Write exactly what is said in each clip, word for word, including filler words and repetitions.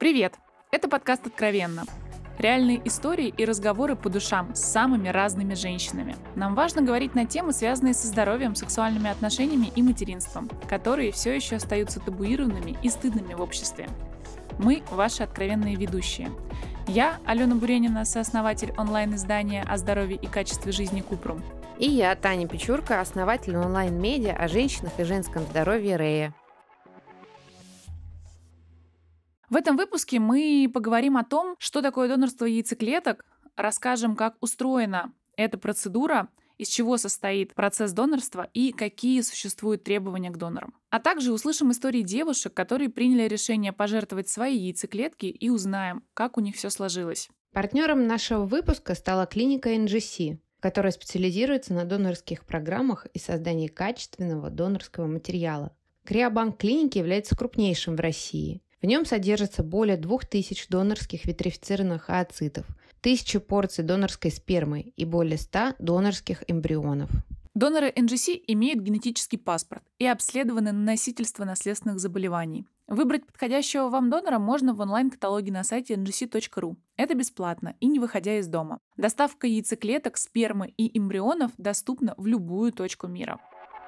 Привет! Это подкаст «Откровенно». Реальные истории и разговоры по душам с самыми разными женщинами. Нам важно говорить на темы, связанные со здоровьем, сексуальными отношениями и материнством, которые все еще остаются табуированными и стыдными в обществе. Мы – ваши откровенные ведущие. Я, Алена Буренина, сооснователь онлайн-издания о здоровье и качестве жизни «Купрум». И я, Таня Печурка, основатель онлайн-медиа о женщинах и женском здоровье «Рея». В этом выпуске мы поговорим о том, что такое донорство яйцеклеток, расскажем, как устроена эта процедура, из чего состоит процесс донорства и какие существуют требования к донорам. А также услышим истории девушек, которые приняли решение пожертвовать свои яйцеклетки, и узнаем, как у них все сложилось. Партнером нашего выпуска стала клиника эн джи си, которая специализируется на донорских программах и создании качественного донорского материала. Криобанк клиники является крупнейшим в России. В нем содержится более двух тысяч донорских витрифицированных ooцитов, тысячи порций донорской спермы и более ста донорских эмбрионов. Доноры эн джи си имеют генетический паспорт и обследованы на носительство наследственных заболеваний. Выбрать подходящего вам донора можно в онлайн-каталоге на сайте эн джи си точка ру. Это бесплатно и не выходя из дома. Доставка яйцеклеток, спермы и эмбрионов доступна в любую точку мира.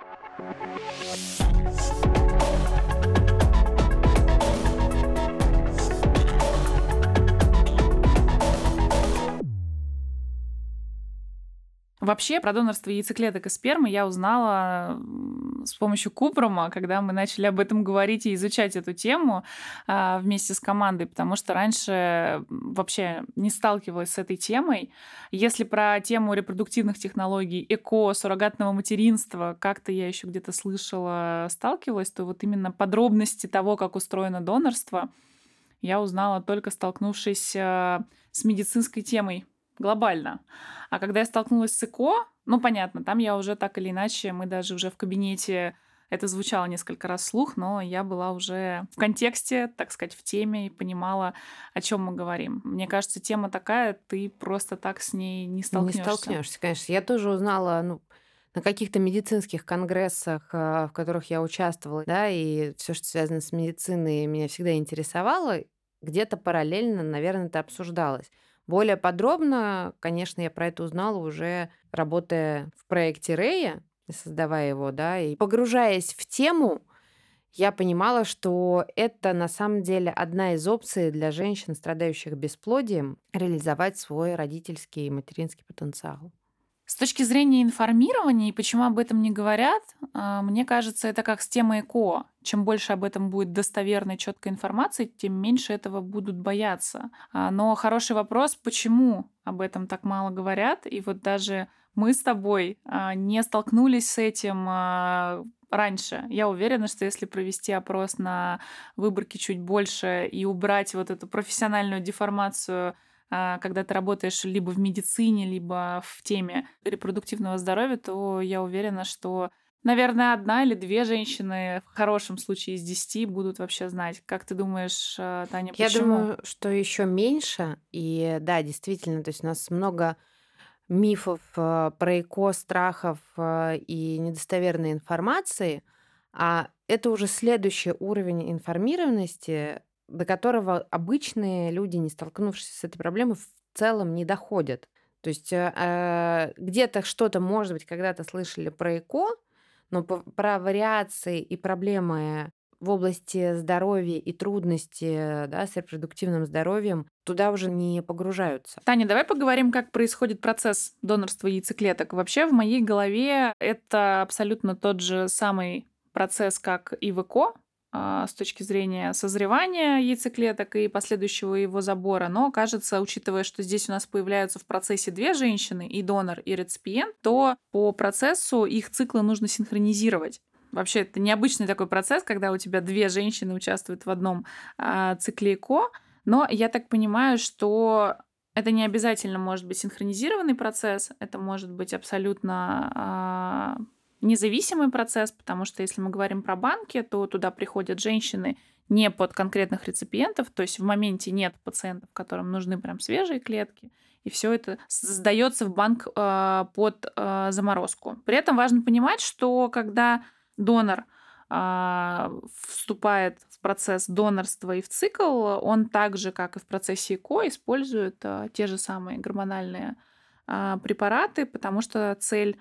Вообще, про донорство яйцеклеток и спермы я узнала с помощью Купрума, когда мы начали об этом говорить и изучать эту тему а, вместе с командой, потому что раньше вообще не сталкивалась с этой темой. Если про тему репродуктивных технологий, ЭКО, суррогатного материнства как-то я еще где-то слышала, сталкивалась, то вот именно подробности того, как устроено донорство, я узнала только столкнувшись а, с медицинской темой глобально. А когда я столкнулась с ЭКО, ну, понятно, там я уже так или иначе, мы даже уже в кабинете, это звучало несколько раз вслух, но я была уже в контексте, так сказать, в теме и понимала, о чем мы говорим. Мне кажется, тема такая, ты просто так с ней не столкнешься. Не столкнешься, конечно. Я тоже узнала, ну, на каких-то медицинских конгрессах, в которых я участвовала, да, и все, что связано с медициной, меня всегда интересовало, где-то параллельно, наверное, это обсуждалось. Более подробно, конечно, я про это узнала уже работая в проекте Рея, создавая его, да, и погружаясь в тему, я понимала, что это на самом деле одна из опций для женщин, страдающих бесплодием, реализовать свой родительский и материнский потенциал. С точки зрения информирования и почему об этом не говорят, а, мне кажется, это как с темой ЭКО. Чем больше об этом будет достоверной, четкой информации, тем меньше этого будут бояться. А, Но хороший вопрос, почему об этом так мало говорят? И вот даже мы с тобой а, не столкнулись с этим а, раньше. Я уверена, что если провести опрос на выборке чуть больше и убрать вот эту профессиональную деформацию, а, когда ты работаешь либо в медицине, либо в теме репродуктивного здоровья, то я уверена, что, наверное, одна или две женщины в хорошем случае из десяти будут вообще знать. Как ты думаешь, а, Таня, Я почему? думаю, что еще меньше. И да, действительно, то есть у нас много мифов э, про ЭКО, страхов э, и недостоверной информации, а это уже следующий уровень информированности, до которого обычные люди, не столкнувшись с этой проблемой, в целом не доходят. То есть э, э, где-то что-то, может быть, когда-то слышали про ЭКО, но по- про вариации и проблемы в области здоровья и трудности, да, с репродуктивным здоровьем туда уже не погружаются. Таня, давай поговорим, как происходит процесс донорства яйцеклеток. Вообще в моей голове это абсолютно тот же самый процесс, как и в ЭКО, а, с точки зрения созревания яйцеклеток и последующего его забора. Но кажется, учитывая, что здесь у нас появляются в процессе две женщины, и донор, и реципиент, то по процессу их циклы нужно синхронизировать. Вообще, это необычный такой процесс, когда у тебя две женщины участвуют в одном а, цикле ЭКО. Но я так понимаю, что это не обязательно может быть синхронизированный процесс, это может быть абсолютно а, независимый процесс, потому что если мы говорим про банки, то туда приходят женщины не под конкретных реципиентов, то есть в моменте нет пациентов, которым нужны прям свежие клетки, и все это сдается в банк а, под а, заморозку. При этом важно понимать, что когда донор а, вступает в процесс донорства и в цикл, он так же, как и в процессе ЭКО, использует а, те же самые гормональные а, препараты, потому что цель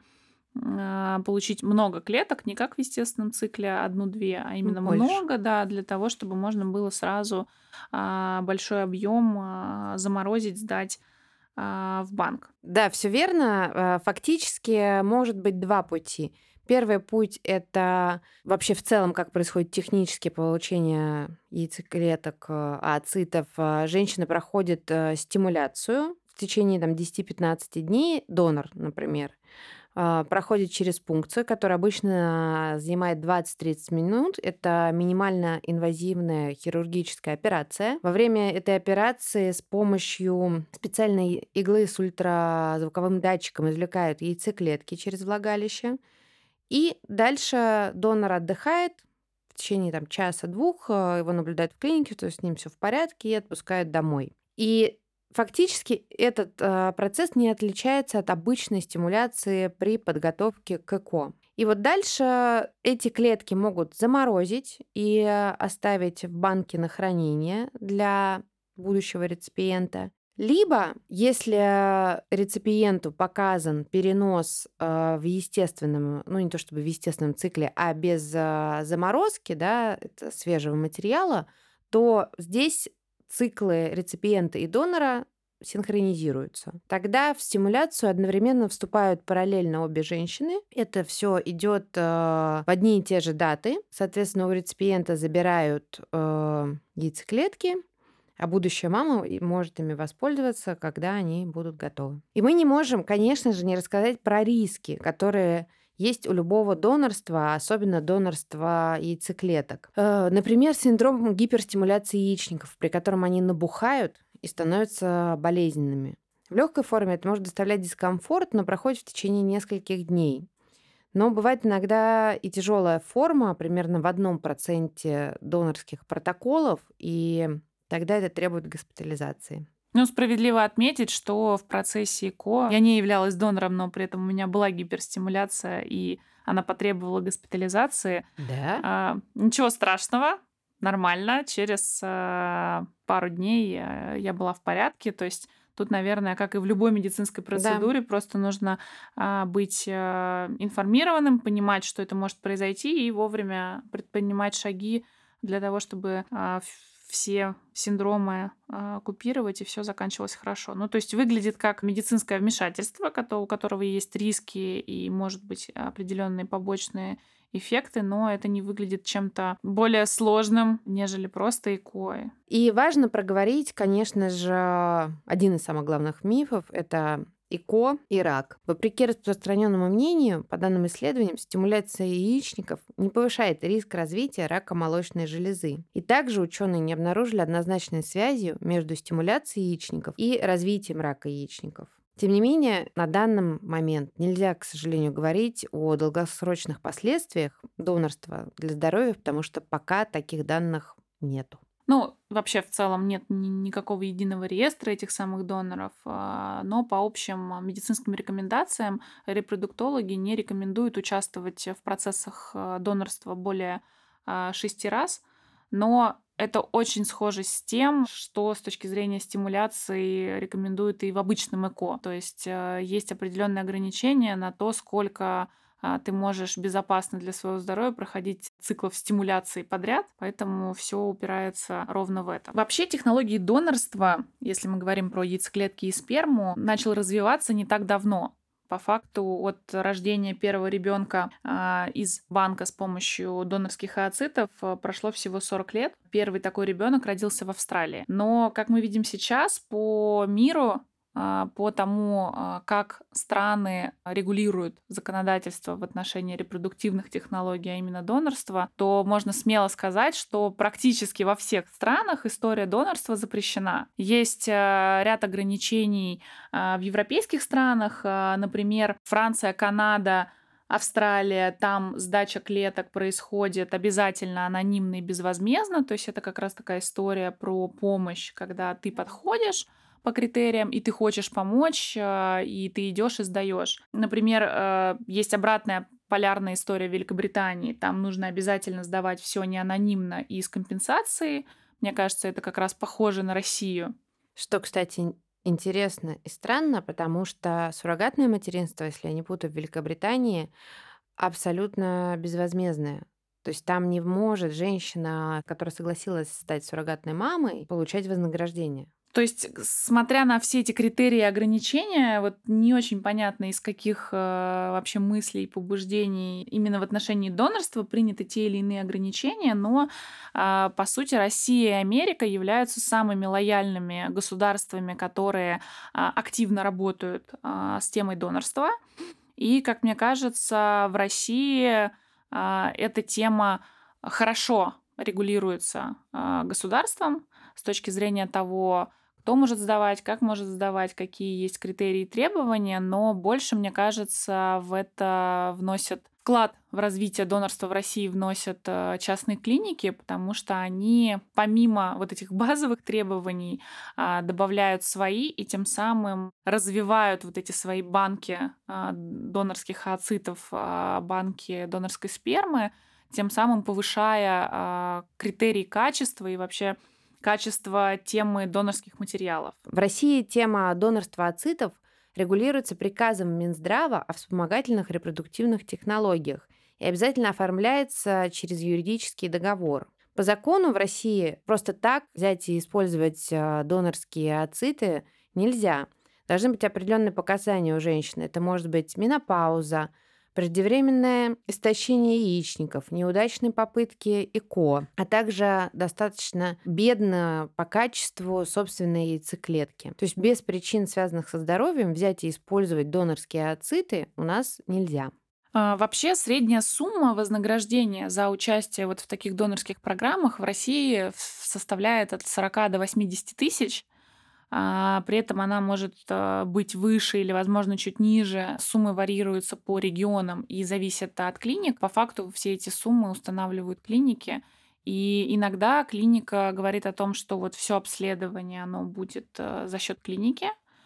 а, получить много клеток, не как в естественном цикле одну-две, а именно Больше. много, да, для того, чтобы можно было сразу а, большой объем а, заморозить, сдать а, в банк. Да, все верно. Э, Фактически может быть два пути. Первый путь — это вообще в целом, как происходит технически получение яйцеклеток, э, ооцитов. Э, Женщина проходит э, стимуляцию в течение там, десяти-пятнадцати дней, донор, например, а, проходит через пункцию, которая обычно занимает двадцать-тридцать минут. Это минимально инвазивная хирургическая операция. Во время этой операции с помощью специальной иглы с ультразвуковым датчиком извлекают яйцеклетки через влагалище. И дальше донор отдыхает в течение там, часа-двух, э, его наблюдают в клинике, то есть с ним все в порядке, и отпускают домой. И фактически этот э, процесс не отличается от обычной стимуляции при подготовке к ЭКО. И вот дальше эти клетки могут заморозить и э, оставить в банке на хранение для будущего реципиента. Либо, если реципиенту показан перенос э, в естественном, ну не то чтобы в естественном цикле, а без э, заморозки, да, это свежего материала, то здесь циклы реципиента и донора синхронизируются. Тогда в стимуляцию одновременно вступают параллельно обе женщины. Это все идет э, в одни и те же даты. Соответственно, у реципиента забирают э, яйцеклетки, а будущая мама и может ими воспользоваться, когда они будут готовы. И мы не можем, конечно же, не рассказать про риски, которые есть у любого донорства, особенно донорства яйцеклеток. Э, Например, синдром гиперстимуляции яичников, при котором они набухают и становятся болезненными. В легкой форме это может доставлять дискомфорт, но проходит в течение нескольких дней. Но бывает иногда и тяжелая форма, примерно в одном проценте донорских протоколов, и тогда это требует госпитализации. Ну, справедливо отметить, что в процессе ЭКО я не являлась донором, но при этом у меня была гиперстимуляция, и она потребовала госпитализации. Да? А, ничего страшного, нормально. Через а, пару дней а, я была в порядке. То есть тут, наверное, как и в любой медицинской Да. процедуре, просто нужно а, быть а, информированным, понимать, что это может произойти, и вовремя предпринимать шаги для того, чтобы а, ф- все синдромы а, купировать, и все заканчивалось хорошо. Ну, то есть выглядит как медицинское вмешательство, кото- у которого есть риски и, может быть, определенные побочные эффекты, но это не выглядит чем-то более сложным, нежели просто ЭКО. И важно проговорить, конечно же, один из самых главных мифов — это ЭКО и рак. Вопреки распространенному мнению, по данным исследованиям, стимуляция яичников не повышает риск развития рака молочной железы. И также ученые не обнаружили однозначной связи между стимуляцией яичников и развитием рака яичников. Тем не менее, на данный момент нельзя, к сожалению, говорить о долгосрочных последствиях донорства для здоровья, потому что пока таких данных нету. Ну, вообще, в целом нет ни- никакого единого реестра этих самых доноров, а, но по общим а, медицинским рекомендациям репродуктологи не рекомендуют участвовать в процессах а, донорства более а, шести раз, но это очень схоже с тем, что с точки зрения стимуляции рекомендуют и в обычном ЭКО. То есть э, есть определенные ограничения на то, сколько а, ты можешь безопасно для своего здоровья проходить циклов стимуляции подряд, поэтому все упирается ровно в это. Вообще технологии донорства, если мы говорим про яйцеклетки и сперму, начал развиваться не так давно. По факту от рождения первого ребенка из банка с помощью донорских ооцитов а, прошло всего сорок лет. Первый такой ребенок родился в Австралии. Но, как мы видим сейчас, по миру а, по тому, а, как страны регулируют законодательство в отношении репродуктивных технологий, а именно донорства, то можно смело сказать, что практически во всех странах история донорства запрещена. Есть а, ряд ограничений а, в европейских странах, а, например, Франция, Канада, Австралия, там сдача клеток происходит обязательно анонимно и безвозмездно, то есть это как раз такая история про помощь, когда ты подходишь по критериям, и ты хочешь помочь, а, и ты идешь и сдаешь. Например, э, есть обратная полярная история в Великобритании. Там нужно обязательно сдавать все не анонимно и с компенсацией. Мне кажется, это как раз похоже на Россию. Что, кстати, ин- интересно и странно, потому что суррогатное материнство, если я не путаю, в Великобритании абсолютно безвозмездное. То есть там не может женщина, которая согласилась стать суррогатной мамой, получать вознаграждение. То есть, г смотря на все эти критерии и ограничения, вот не очень понятно, из каких, э, вообще мыслей и побуждений именно в отношении донорства приняты те или иные ограничения, но, а, по сути, Россия и Америка являются самыми лояльными государствами, которые, а, активно работают, а, с темой донорства. И, как мне кажется, в России, а, эта тема хорошо регулируется, а, государством с точки зрения того, кто может сдавать, как может сдавать, какие есть критерии и требования. Но больше, мне кажется, в это вносят вклад в развитие донорства в России вносят, э, частные клиники, потому что они помимо вот этих базовых требований, а, добавляют свои и тем самым развивают вот эти свои банки, а, донорских ооцитов, а, банки донорской спермы, тем самым повышая, а, критерии качества и вообще качество темы донорских материалов. В России тема донорства ацитов регулируется приказом Минздрава о вспомогательных репродуктивных технологиях и обязательно оформляется через юридический договор. По закону в России просто так взять и использовать э, донорские ациты нельзя. Должны быть определенные показания у женщины. Это может быть менопауза, преждевременное истощение яичников, неудачные попытки ЭКО, а также достаточно бедно по качеству собственной яйцеклетки. То есть без причин, связанных со здоровьем, взять и использовать донорские ооциты у нас нельзя. А, вообще средняя сумма вознаграждения за участие вот в таких донорских программах в России в составляет от сорока до восьмидесяти тысяч. А, при этом она может, а, быть выше или, возможно, чуть ниже. Суммы варьируются по регионам и зависят от клиник. По факту все эти суммы устанавливают клиники. И иногда клиника говорит о том, что вот все обследование, оно будет, э, за счет клиники,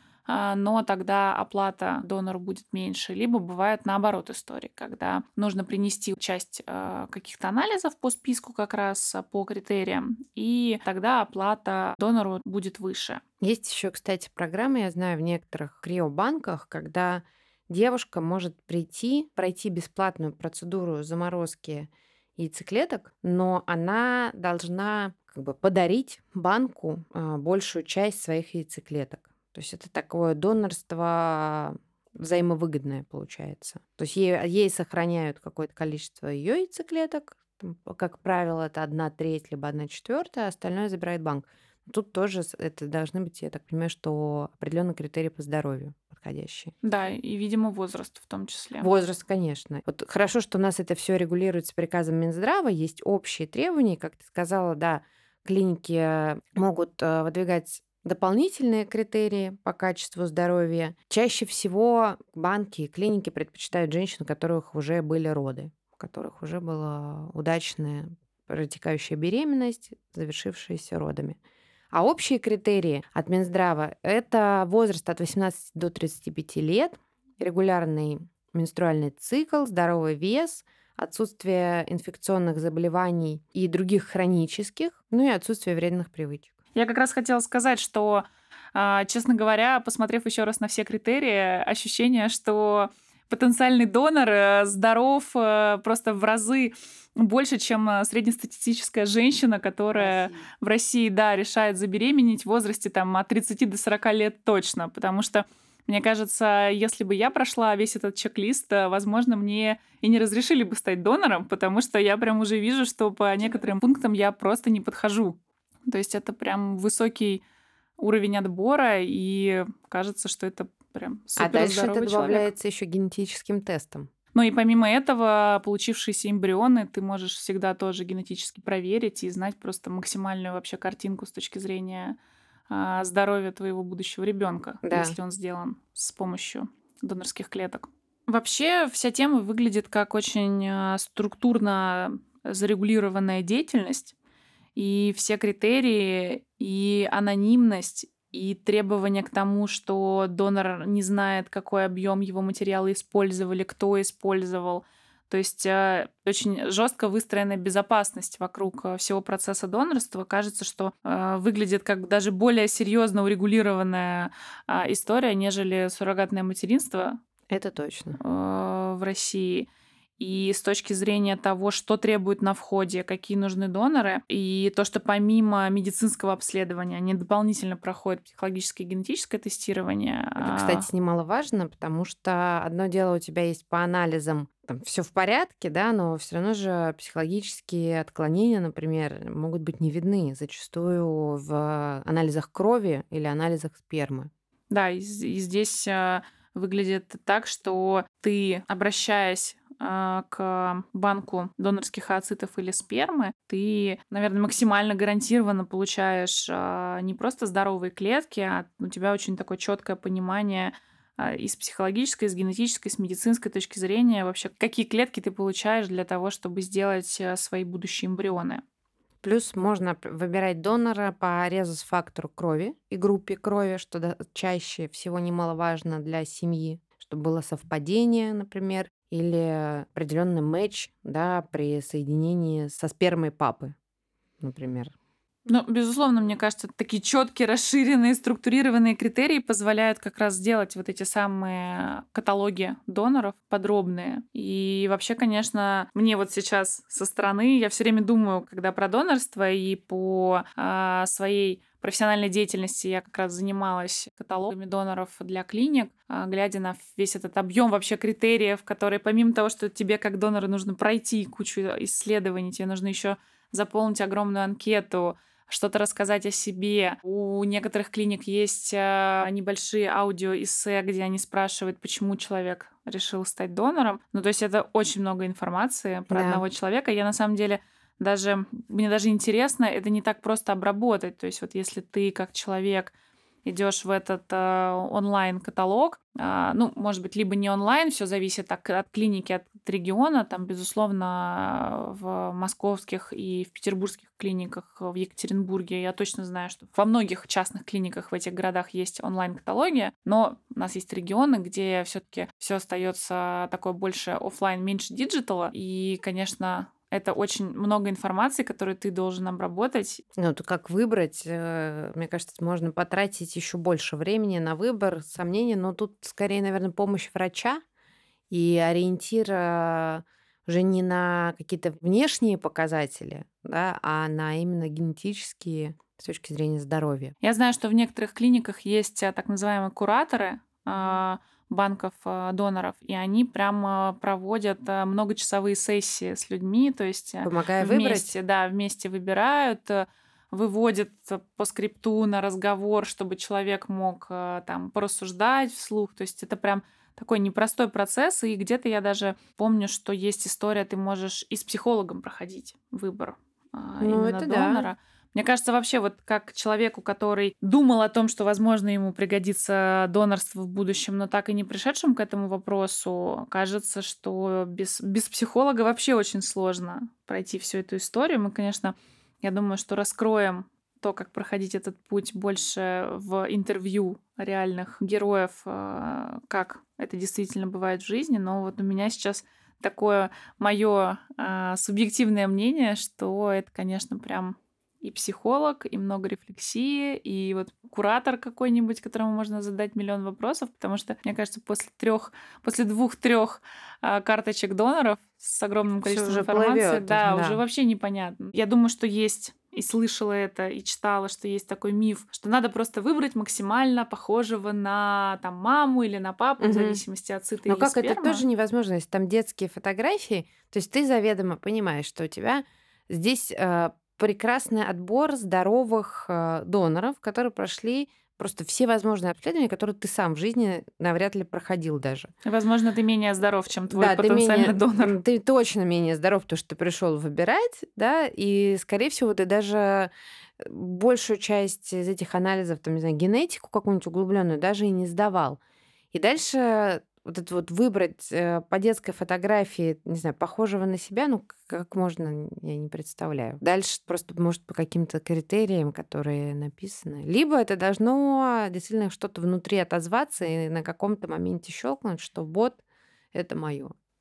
а, но тогда оплата донору будет меньше. Либо бывает наоборот истории, когда нужно принести часть а, каких-то анализов по списку как раз а, по критериям, и тогда оплата донору будет выше. Есть еще, кстати, программы, я знаю, в некоторых криобанках, когда девушка может прийти, пройти бесплатную процедуру заморозки яйцеклеток, но она должна как бы подарить банку а, большую часть своих яйцеклеток. То есть это такое донорство взаимовыгодное получается. То есть ей, ей сохраняют какое-то количество ее яйцеклеток, там, как правило, это одна треть либо одна четвертая, а остальное забирает банк. Тут тоже с это должны быть, я так понимаю, что определенные критерии по здоровью подходящие. Да, и, видимо, возраст в том числе. Возраст, конечно. Вот хорошо, что у нас это все регулируется приказом Минздрава, есть общие требования, как ты сказала, да, клиники э, могут э, выдвигать дополнительные критерии по качеству здоровья. Чаще всего банки и клиники предпочитают женщин, у которых уже были роды, у которых уже была удачная протекающая беременность, завершившаяся родами. А общие критерии от Минздрава — это возраст от восемнадцати до тридцати пяти лет, регулярный менструальный цикл, здоровый вес, отсутствие инфекционных заболеваний и других хронических, ну и отсутствие вредных привычек. Я как раз хотела сказать, что, а, честно говоря, посмотрев еще раз на все критерии, ощущение, что потенциальный донор э, здоров э, просто в разы больше, чем э, среднестатистическая женщина, которая России. в России, да, решает забеременеть в возрасте там, от тридцати до сорока лет точно. Потому что, мне кажется, если бы я прошла весь этот чек-лист, э, возможно, мне и не разрешили бы стать донором, потому что я прям уже вижу, что по некоторым пунктам я просто не подхожу. То есть это прям высокий уровень отбора, и кажется, что это прям А супер дальше это здоровый человек. добавляется еще генетическим тестом. Ну и помимо этого, получившиеся эмбрионы ты можешь всегда тоже генетически проверить и знать просто максимальную вообще картинку с точки зрения а, здоровья твоего будущего ребенка, Да. если он сделан с помощью донорских клеток. Вообще вся тема выглядит как очень а, структурно зарегулированная деятельность, и все критерии, и анонимность, и требования к тому, что донор не знает, какой объем его материала использовали, кто использовал. То есть э, очень жестко выстроена безопасность вокруг э, всего процесса донорства. Кажется, что э, выглядит как даже более серьезно урегулированная а, история, нежели суррогатное материнство Это точно. э, в России. И с точки зрения того, что требует на входе, какие нужны доноры, и то, что помимо медицинского обследования они дополнительно проходят психологическое и генетическое тестирование. Это, а, кстати, немаловажно, потому что одно дело у тебя есть по анализам, там все в порядке, да, но все равно же психологические отклонения, например, могут быть не видны зачастую в анализах крови или анализах спермы. Да, и, з- и здесь а, выглядит так, что ты, обращаясь а, к банку донорских ооцитов или спермы, ты, наверное, максимально гарантированно получаешь а, не просто здоровые клетки, а у тебя очень такое четкое понимание а, и с психологической, и с генетической, и с медицинской точки зрения вообще, какие клетки ты получаешь для того, чтобы сделать а, свои будущие эмбрионы. Плюс можно п- выбирать донора по резус-фактору крови и группе крови, что да- чаще всего немаловажно для семьи, чтобы было совпадение, например, или определенный матч, да, при соединении со спермой папы, например. Ну, безусловно, мне кажется, такие четкие, расширенные, структурированные критерии позволяют как раз сделать вот эти самые каталоги доноров подробные. И вообще, конечно, мне вот сейчас со стороны, я все время думаю, когда про донорство и по а, своей профессиональной деятельности я как раз занималась каталогами доноров для клиник, а, глядя на весь этот объем вообще критериев, которые помимо того, что тебе как донору нужно пройти кучу исследований, тебе нужно еще заполнить огромную анкету, что-то рассказать о себе. У некоторых клиник есть а, небольшие аудиоэссе, где они спрашивают, почему человек решил стать донором. Ну, то есть это очень много информации про Да. одного человека. Я на самом деле даже, мне даже интересно, это не так просто обработать. То есть вот если ты как человек идешь в этот а, онлайн-каталог, а, ну, может быть, либо не онлайн, все зависит от, от клиники, от региона, там, безусловно, в московских и в петербургских клиниках, в Екатеринбурге, я точно знаю, что во многих частных клиниках в этих городах есть онлайн-каталоги, но у нас есть регионы, где все-таки все остается такое больше оффлайн, меньше диджитала, и, конечно, это очень много информации, которую ты должен обработать. Ну, то как выбрать, э, мне кажется, можно потратить еще больше времени на выбор, сомнения, но тут скорее, наверное, помощь врача и ориентир э, уже не на какие-то внешние показатели, да, а на именно генетические с точки зрения здоровья. Я знаю, что в некоторых клиниках есть а, так называемые кураторы а, банков а, доноров, и они прямо проводят а, многочасовые сессии с людьми, то есть а, Помогая выбрать. вместе, да, вместе выбирают, а, выводят а, по скрипту на разговор, чтобы человек мог а, там порассуждать вслух. То есть это прям такой непростой процесс, и где-то я даже помню, что есть история, ты можешь и с психологом проходить выбор а, Ну, именно это да. донора. Мне кажется, вообще вот как человеку, который думал о том, что, возможно, ему пригодится донорство в будущем, но так и не пришедшим к этому вопросу, кажется, что без, без психолога вообще очень сложно пройти всю эту историю. Мы, конечно, я думаю, что раскроем то, как проходить этот путь больше в интервью реальных героев, э, как это действительно бывает в жизни. Но вот у меня сейчас такое мое субъективное мнение, что это, конечно, прям и психолог, и много рефлексии, и вот куратор какой-нибудь, которому можно задать миллион вопросов, потому что, мне кажется, после трех, после двух-трех а, карточек доноров с огромным Все количеством уже информации, плывет, да, уже да. вообще непонятно. Я думаю, что есть и слышала это, и читала, что есть такой миф, что надо просто выбрать максимально похожего на там маму или на папу, в Мгм. зависимости от цита Но и как это спермы. тоже невозможно, если там детские фотографии, то есть ты заведомо понимаешь, что у тебя здесь э, прекрасный отбор здоровых э, доноров, которые прошли просто все возможные обследования, которые ты сам в жизни навряд ли проходил даже. Возможно, ты менее здоров, чем твой Да, ты потенциальный менее, донор. м, ты точно менее здоров, потому что ты пришел выбирать, да, и, скорее всего, ты даже э, большую часть из этих анализов, там, не знаю, генетику какую-нибудь углубленную даже и не сдавал. И дальше вот это вот выбрать э, по детской фотографии, не знаю, похожего на себя, ну, к- как можно, я не представляю. Дальше просто, может, по каким-то критериям, которые написаны. Либо это должно действительно что-то внутри отозваться и на каком-то моменте щелкнуть, что вот это мое.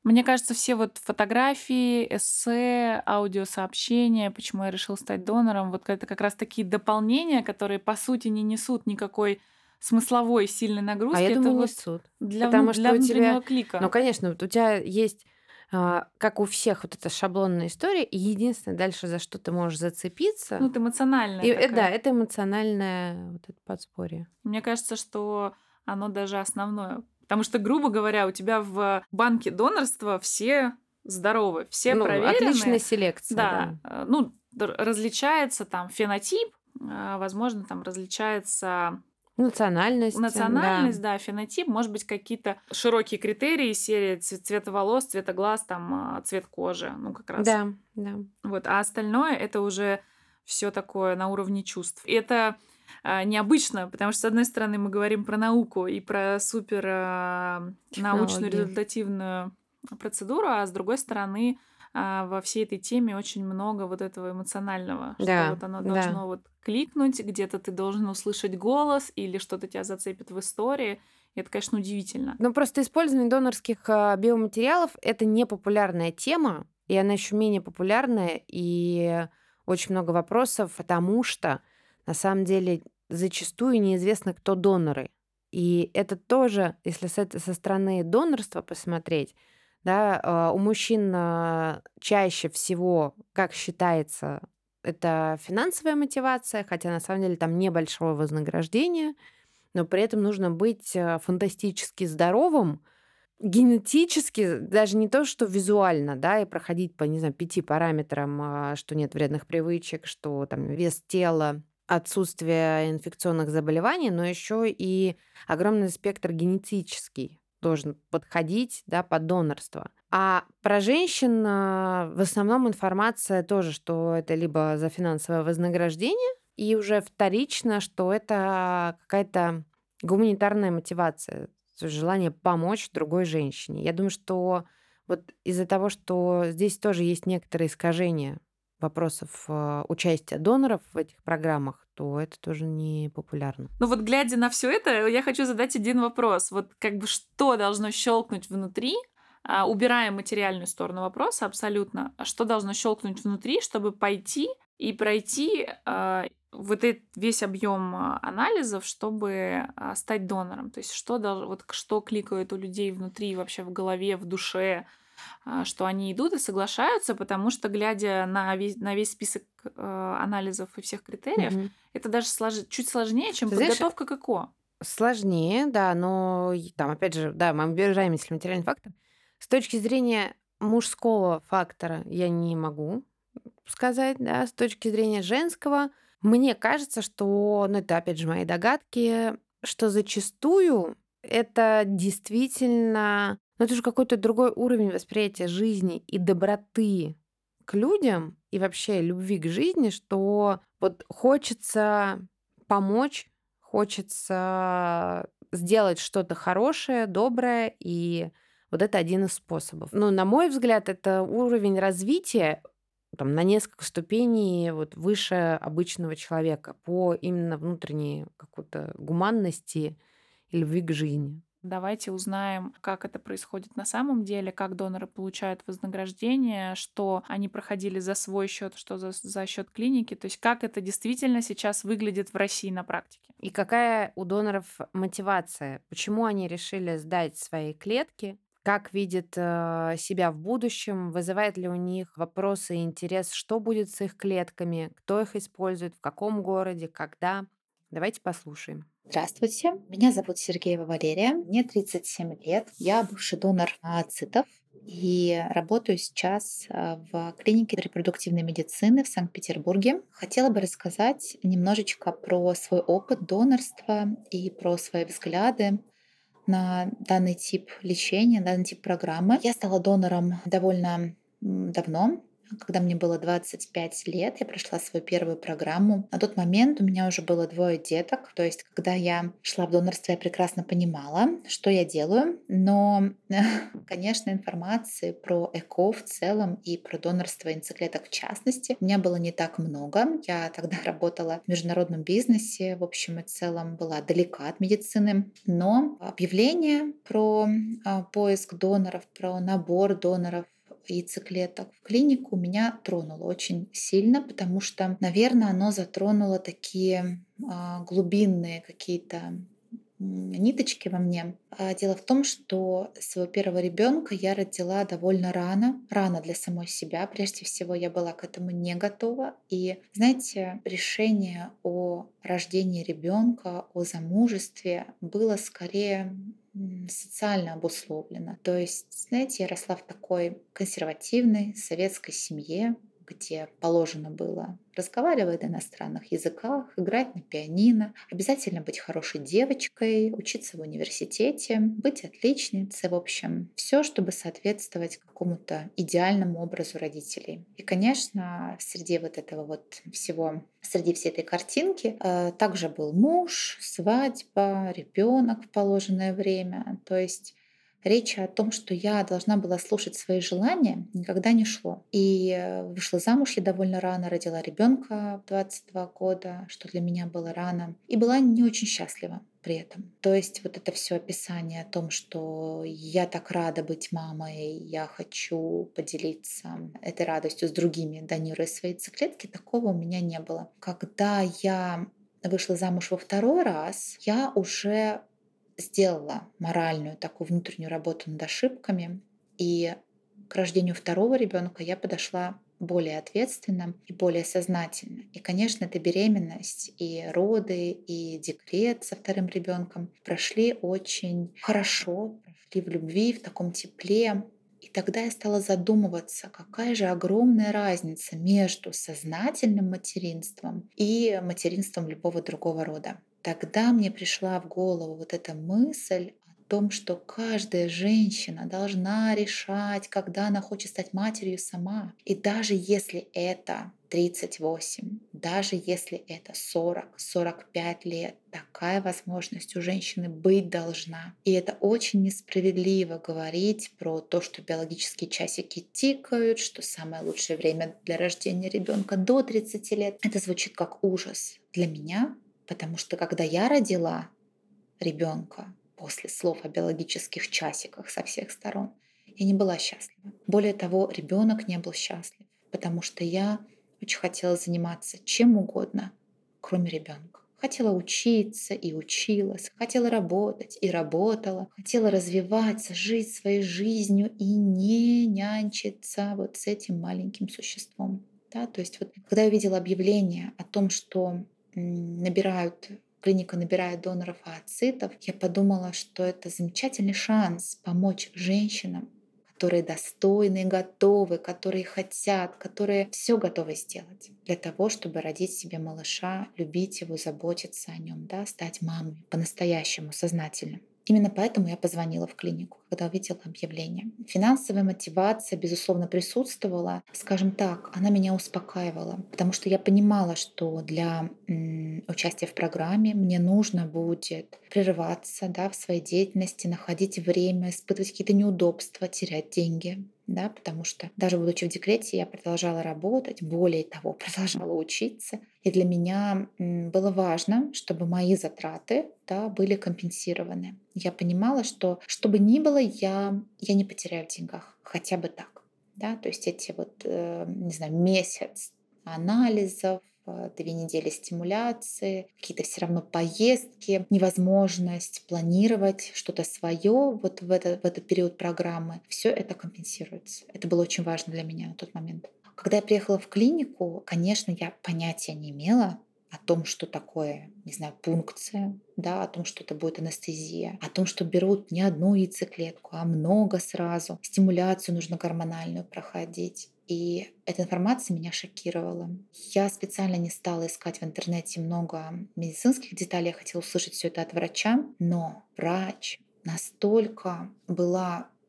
Мне кажется, все вот фотографии, эссе, аудиосообщения, почему я решила стать донором, вот это как раз такие дополнения, которые, по сути, не несут никакой смысловой сильной А нагрузки. я Это думаю, вот несут. для, вну- Потому для что у тебя, внутреннего ну, клика. конечно, вот у тебя есть, а, как у всех, вот эта шаблонная история, и единственное дальше, за что ты можешь Ну, зацепиться, это и, эмоциональная э, да, такая. это эмоциональное вот это подспорье. Мне кажется, что оно даже основное. Потому что, грубо говоря, у тебя в банке донорства все здоровы, все Ну, отличная проверены. селекция, да. Да, э, ну, р- различается там фенотип, а, возможно, там различается Национальность, э, да. национальность, да, фенотип, может быть, какие-то широкие критерии, серии цве- цвета волос, цвета глаз, там, а, цвет кожи, ну, как раз. Да, да. Вот, а остальное это уже все такое на уровне чувств. И это, а, необычно, потому что, с одной стороны, мы говорим про науку и про супер, а, научную Технологии. результативную процедуру, а с другой стороны, а, во всей этой теме очень много вот этого эмоционального, что Да, вот оно да. должно вот кликнуть, где-то ты должен услышать голос или что-то тебя зацепит в истории. И это, конечно, удивительно. Ну, просто использование донорских, а, биоматериалов — это не популярная тема, и она еще менее популярная, и очень много вопросов, потому что на самом деле зачастую неизвестно, кто доноры. И это тоже, если с эт со стороны донорства посмотреть, да, а, у мужчин, а, чаще всего, как считается, это финансовая мотивация, хотя на самом деле там небольшое вознаграждение, но при этом нужно быть, э, фантастически здоровым, генетически, даже не то, что визуально, да, и проходить по, не знаю, пяти параметрам, а, что нет вредных привычек, что там вес тела, отсутствие инфекционных заболеваний, но еще и огромный спектр генетический должен подходить, да, под донорство. А про женщин, а, в основном информация тоже, что это либо за финансовое вознаграждение, и уже вторично, что это какая-то гуманитарная мотивация, то есть желание помочь другой женщине. Я думаю, что вот из-за того, что здесь тоже есть некоторые искажения вопросов, а, участия доноров в этих программах, то это тоже не популярно. Ну вот, глядя на все это, я хочу задать один вопрос. Вот как бы что должно щелкнуть внутри, а, убираем материальную сторону вопроса абсолютно, а что должно щелкнуть внутри, чтобы пойти и пройти, а, вот эт весь объем, а, анализов, чтобы, а, стать донором? То есть что долж вот к что кликает у людей внутри, вообще в голове, в душе, а, что они идут и соглашаются, потому что, глядя на весь на весь список, э, анализов и всех критериев, Мгм. это даже слож чуть сложнее, чем Ты знаешь, подготовка к ЭКО. сложнее, да, но и там, опять же, да, мы убираем, если материальный фактор. С точки зрения мужского фактора я не могу сказать, да. С точки зрения женского, мне кажется, что, ну, это опять же мои догадки, что зачастую это действительно, ну, это же какой-то другой уровень восприятия жизни и доброты к людям, и вообще любви к жизни, что вот хочется помочь, хочется сделать что-то хорошее, доброе, и вот это один из способов. Ну, на мой взгляд, это уровень развития там, на несколько ступеней вот выше обычного человека по именно внутренней какой-то гуманности и любви к жизни. Давайте узнаем, как это происходит на самом деле, как доноры получают вознаграждение, что они проходили за свой счет, что за, за счет клиники, то есть как это действительно сейчас выглядит в России на практике. И какая у доноров мотивация? Почему они решили сдать свои клетки? Как видят э, себя в будущем? Вызывает ли у них вопросы и интерес, что будет с их клетками? Кто их использует? В каком городе? Когда? Давайте послушаем. Здравствуйте, меня зовут Сергеева Валерия, мне тридцать семь лет, я бывший донор ацитов и работаю сейчас а, в клинике репродуктивной медицины в Санкт-Петербурге. Хотела бы рассказать немножечко про свой опыт донорства и про свои взгляды на данный тип лечения, данный тип программы. Я стала донором довольно м, давно, Когда мне было двадцать пять лет, я прошла свою первую программу. На тот момент у меня уже было двое деток. То есть, когда я шла в донорство, я прекрасно понимала, что я делаю. Но, конечно, информации про ЭКО в целом и про донорство яйцеклеток в частности у меня было не так много. Я тогда работала в международном бизнесе, в общем и целом была далека от медицины. Но объявление про а, поиск доноров, про набор доноров яйцеклеток в клинику меня тронуло очень сильно, потому что, наверное, оно затронуло такие а, глубинные какие-то м, ниточки во мне. А Дело в том, что своего первого ребенка я родила довольно рано, рано для самой себя. Прежде всего, я была к этому не готова. И, знаете, решение о рождении ребенка, о замужестве было скорее м, социально обусловлено. То есть, знаете, я росла в такой консервативной советской семье, где положено было разговаривать на иностранных языках, играть на пианино, обязательно быть хорошей девочкой, учиться в университете, быть отличницей, в общем, все, чтобы соответствовать какому-то идеальному образу родителей. И, конечно, среди вот этого вот всего, среди всей этой картинки э, также был муж, свадьба, ребенок в положенное время. То есть речи о том, что я должна была слушать свои желания, никогда не шло. И э, вышла замуж я довольно рано, родила ребенка в двадцать два года, что для меня было рано, и была не очень счастлива при этом. То есть вот это все описание о том, что я так рада быть мамой, я хочу поделиться этой радостью с другими, донируя свои яйцеклетки, такого у меня не было. Когда я вышла замуж во второй раз, я уже сделала моральную такую внутреннюю работу над ошибками. И к рождению второго ребенка я подошла более ответственно и более сознательно. И, конечно, эта беременность и роды, и декрет со вторым ребенком прошли очень хорошо, прошли в любви, в таком тепле. И тогда я стала задумываться, какая же огромная разница между сознательным материнством и материнством любого другого рода. Тогда мне пришла в голову вот эта мысль о том, что каждая женщина должна решать, когда она хочет стать матерью сама. И даже если это тридцать восемь, даже если это сорок, сорок пять лет, такая возможность у женщины быть должна. И это очень несправедливо говорить про то, что биологические часики тикают, что самое лучшее время для рождения ребенка до тридцати лет. Это звучит как ужас для меня, потому что когда я родила ребенка после слов о биологических часиках со всех сторон, я не была счастлива. Более того, ребенок не был счастлив, потому что я очень хотела заниматься чем угодно, кроме ребенка. Хотела учиться и училась, хотела работать и работала, хотела развиваться, жить своей жизнью и не нянчиться вот с этим маленьким существом. Да, то есть вот, когда я увидела объявление о том, что м, набирают клиника набирает доноров ооцитов, я подумала, что это замечательный шанс помочь женщинам, которые достойны, готовы, которые хотят, которые все готовы сделать для того, чтобы родить себе малыша, любить его, заботиться о нем, да, стать мамой по-настоящему, сознательно. Именно поэтому я позвонила в клинику, когда увидела объявление. Финансовая мотивация, безусловно, присутствовала. Скажем так, она меня успокаивала, потому что я понимала, что для м, участия в программе мне нужно будет прерываться, да, в своей деятельности, находить время, испытывать какие-то неудобства, терять деньги. Да, потому что даже будучи в декрете, я продолжала работать, более того, продолжала учиться. И для меня м, было важно, чтобы мои затраты, да, были компенсированы. Я понимала, что что бы ни было, я, я не потеряю в деньгах, хотя бы так. Да? То есть эти вот, э, не знаю, месяц анализов, э, две недели стимуляции, какие-то все равно поездки, невозможность планировать что-то свое вот в, это, в этот период программы, все это компенсируется. Это было очень важно для меня на тот момент. Когда я приехала в клинику, конечно, я понятия не имела о том, что такое, не знаю, пункция, да, о том, что это будет анестезия, о том, что берут не одну яйцеклетку, а много сразу. Стимуляцию нужно гормональную проходить. И эта информация меня шокировала. Я специально не стала искать в интернете много медицинских деталей, я хотела услышать все это от врача, но врач настолько была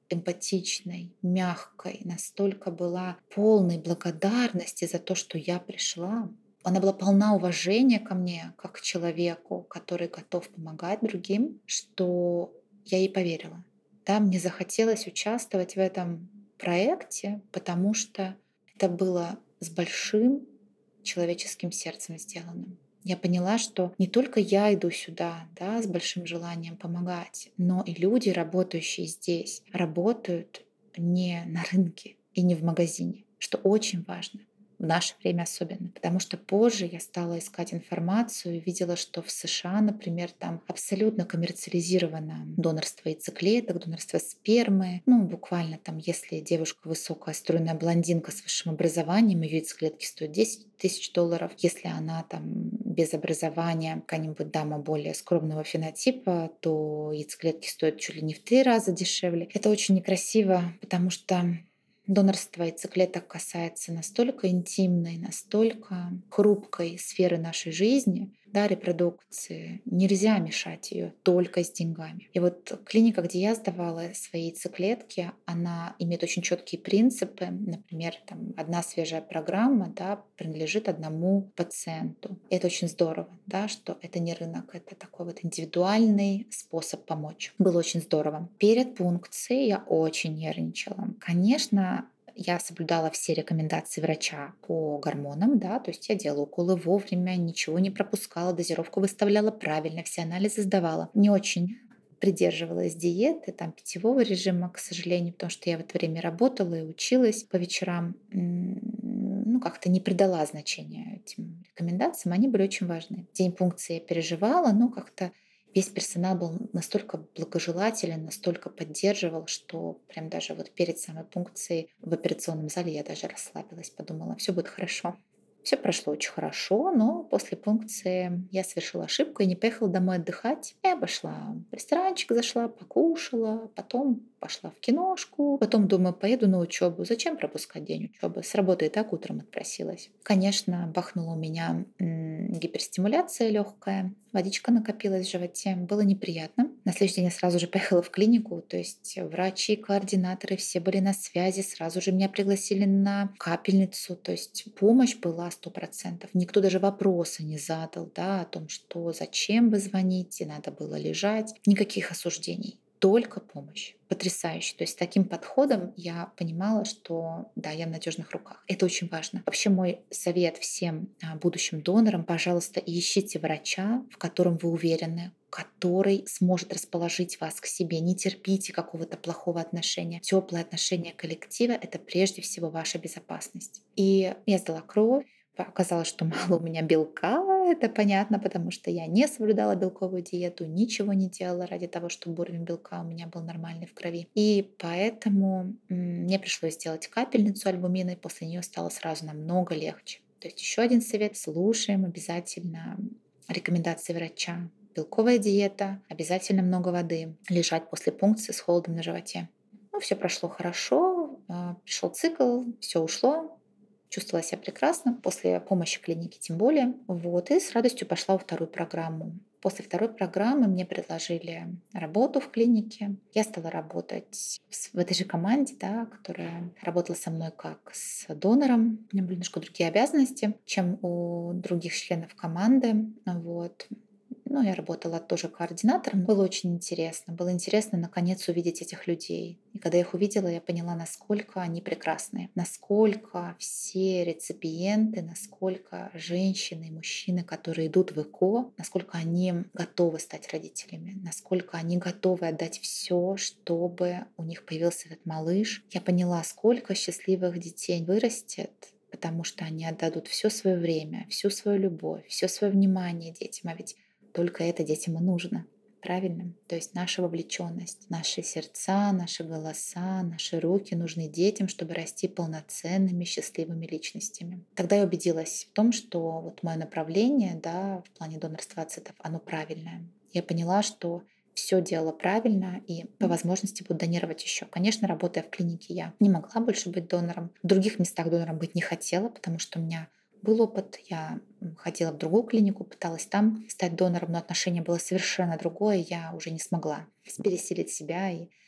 эмпатичной, мягкой, настолько была полной благодарности за то, что я пришла. Она была полна уважения ко мне, как к человеку, который готов помогать другим, что я ей поверила. Да, мне захотелось участвовать в этом проекте, потому что это было с большим человеческим сердцем сделано. Я поняла, что не только я иду сюда, да, с большим желанием помогать, но и люди, работающие здесь, работают не на рынке и не в магазине, что очень важно. В наше время особенно, потому что позже я стала искать информацию и видела, что в США, например, там абсолютно коммерциализировано донорство яйцеклеток, донорство спермы. Ну, буквально там, если девушка высокая, стройная блондинка с высшим образованием, ее яйцеклетки стоят десять тысяч долларов. Если она там без образования, какая-нибудь дама более скромного фенотипа, то яйцеклетки стоят чуть ли не в три раза дешевле. Это очень некрасиво, потому что донорство яйцеклеток касается настолько интимной, настолько хрупкой сферы нашей жизни, да, репродукции. Нельзя мешать ее только с деньгами. И вот клиника, где я сдавала свои яйцеклетки, она имеет очень четкие принципы. Например, там одна свежая программа, да, принадлежит одному пациенту. И это очень здорово, да, что это не рынок, это такой вот индивидуальный способ помочь. Было очень здорово. Перед пункцией я очень нервничала. Конечно, я соблюдала все рекомендации врача по гормонам, да, то есть я делала уколы вовремя, ничего не пропускала, дозировку выставляла правильно, все анализы сдавала. Не очень придерживалась диеты, там, питьевого режима, к сожалению, потому что я в это время работала и училась по вечерам. М, Ну, как-то не придала значения этим рекомендациям, они были очень важны. День пункции я переживала, но как-то весь персонал был настолько благожелателен, настолько поддерживал, что прям даже вот перед самой пункцией в операционном зале я даже расслабилась, подумала, все будет хорошо. Все прошло очень хорошо, но после пункции я совершила ошибку и не поехала домой отдыхать. Я пошла в ресторанчик, зашла, покушала, потом пошла в киношку, потом думаю, поеду на учебу. Зачем пропускать день учебы? С работы и так утром отпросилась. Конечно, бахнула у меня м, гиперстимуляция легкая, водичка накопилась в животе, было неприятно. На следующий день я сразу же поехала в клинику, то есть врачи, координаторы все были на связи, сразу же меня пригласили на капельницу, то есть помощь была сто процентов. Никто даже вопроса не задал, да, о том, что зачем вы звоните, надо было лежать. Никаких осуждений, только помощь. Потрясающе. То есть с таким подходом я понимала, что да, я в надежных руках. Это очень важно. Вообще мой совет всем а, будущим донорам, пожалуйста, ищите врача, в котором вы уверены, который сможет расположить вас к себе. Не терпите какого-то плохого отношения. Теплое отношение коллектива — это прежде всего ваша безопасность. И я сдала кровь. Оказалось, что мало у меня белка, это понятно, потому что я не соблюдала белковую диету, ничего не делала ради того, чтобы уровень белка у меня был нормальный в крови. И поэтому м, мне пришлось сделать капельницу альбумина, и после нее стало сразу намного легче. То есть еще один совет: слушаем обязательно рекомендации врача. Белковая диета, обязательно много воды, лежать после пункции с холодом на животе. Ну, все прошло хорошо, а, пришел цикл, все ушло, чувствовала себя прекрасно, после помощи клиники тем более. Вот, и с радостью пошла во вторую программу. После второй программы мне предложили работу в клинике. Я стала работать в этой же команде, да, которая работала со мной как с донором. У меня были немножко другие обязанности, чем у других членов команды. Вот. Ну, я работала тоже координатором. Было очень интересно. Было интересно, наконец, увидеть этих людей. И когда я их увидела, я поняла, насколько они прекрасны. Насколько все реципиенты, насколько женщины и мужчины, которые идут в ЭКО, насколько они готовы стать родителями, насколько они готовы отдать все, чтобы у них появился этот малыш. Я поняла, сколько счастливых детей вырастет, потому что они отдадут все свое время, всю свою любовь, все свое внимание детям. А ведь только это детям и нужно. Правильно? То есть наша вовлеченность, наши сердца, наши голоса, наши руки нужны детям, чтобы расти полноценными, счастливыми личностями. Тогда я убедилась в том, что вот мое направление, да, в плане донорства ацетов, оно правильное. Я поняла, что все делала правильно и по возможности буду донировать еще. Конечно, работая в клинике, я не могла больше быть донором. В других местах донором быть не хотела, потому что у меня был опыт. Я ходила в другую клинику, пыталась там стать донором, но отношение было совершенно другое. Я уже не смогла пересилить себя и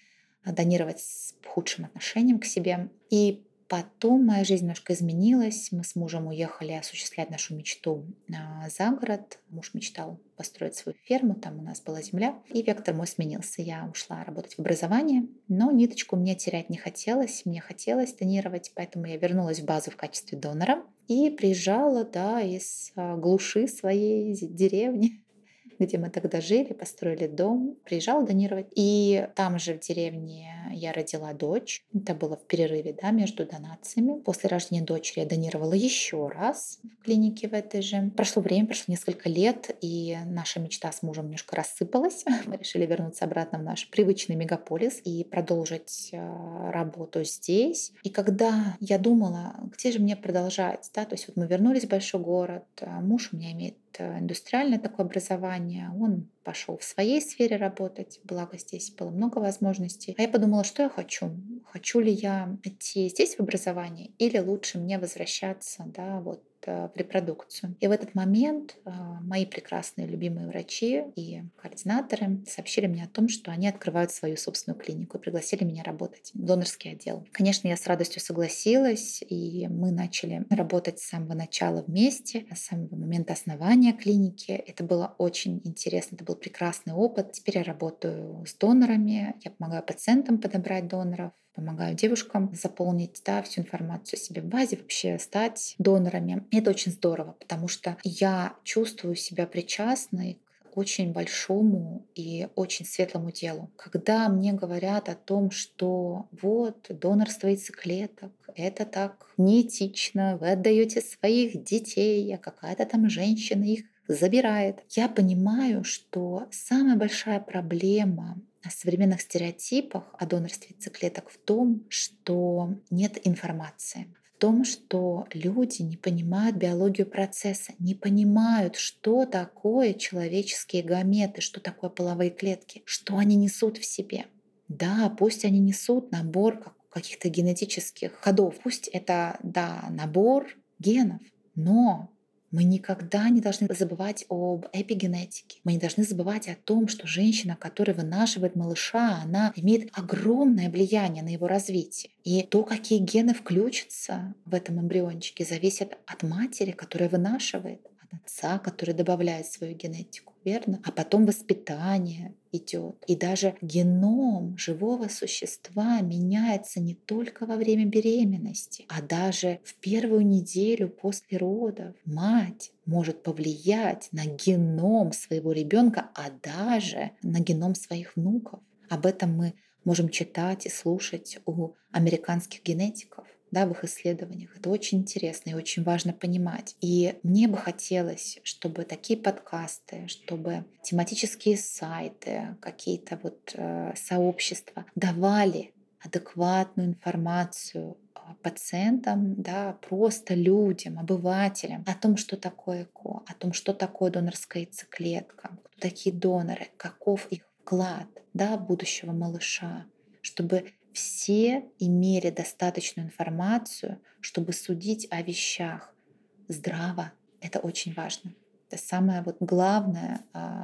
донировать с худшим отношением к себе. И потом моя жизнь немножко изменилась. Мы с мужем уехали осуществлять нашу мечту а, за город. Муж мечтал построить свою ферму, там у нас была земля. И вектор мой сменился. Я ушла работать в образование, но ниточку мне терять не хотелось. Мне хотелось донировать, поэтому я вернулась в базу в качестве донора и приезжала, да, из а, глуши своей зи- деревни, где мы тогда жили, построили дом, приезжала донировать. И там же в деревне я родила дочь. Это было в перерыве, да, между донациями. После рождения дочери я донировала еще раз в клинике в этой же. Прошло время, прошло несколько лет, и наша мечта с мужем немножко рассыпалась. Мы решили вернуться обратно в наш привычный мегаполис и продолжить э, работу здесь. И когда я думала, где же мне продолжать, да, то есть вот мы вернулись в большой город, а муж у меня имеет э, индустриальное такое образование, он пошел в своей сфере работать, благо здесь было много возможностей. А я подумала, что я хочу. Хочу ли я идти здесь в образование или лучше мне возвращаться, да, вот э, в репродукцию. И в этот момент э, мои прекрасные любимые врачи и координаторы сообщили мне о том, что они открывают свою собственную клинику и пригласили меня работать в донорский отдел. Конечно, я с радостью согласилась, и мы начали работать с самого начала вместе, с самого момента основания клиники. Это было очень интересно, это был прекрасный опыт. Теперь я работаю с донорами, я помогаю пациентам подобрать доноров, помогаю девушкам заполнить, да, всю информацию о себе в базе, вообще стать донорами. И это очень здорово, потому что я чувствую себя причастной к очень большому и очень светлому делу. Когда мне говорят о том, что вот донорство яйцеклеток, это так неэтично, вы отдаете своих детей, а какая-то там женщина их забирает. Я понимаю, что самая большая проблема о современных стереотипах о донорстве яйцеклеток в том, что нет информации. В том, что люди не понимают биологию процесса, не понимают, что такое человеческие гаметы, что такое половые клетки, что они несут в себе. Да, пусть они несут набор как- каких-то генетических кодов, пусть это, да, набор генов, но мы никогда не должны забывать об эпигенетике. Мы не должны забывать о том, что женщина, которая вынашивает малыша, она имеет огромное влияние на его развитие. И то, какие гены включатся в этом эмбриончике, зависит от матери, которая вынашивает, от отца, который добавляет свою генетику, верно? А потом воспитание идет. И даже геном живого существа меняется не только во время беременности, а даже в первую неделю после родов. Мать может повлиять на геном своего ребенка, а даже на геном своих внуков. Об этом мы можем читать и слушать у американских генетиков, да, в их исследованиях. Это очень интересно и очень важно понимать. И мне бы хотелось, чтобы такие подкасты, чтобы тематические сайты, какие-то вот э, сообщества давали адекватную информацию а, пациентам, да, просто людям, обывателям о том, что такое ЭКО, о том, что такое донорская яйцеклетка, кто такие доноры, каков их вклад, да, будущего малыша, чтобы все имели достаточную информацию, чтобы судить о вещах здраво. Это очень важно. Это самое вот главное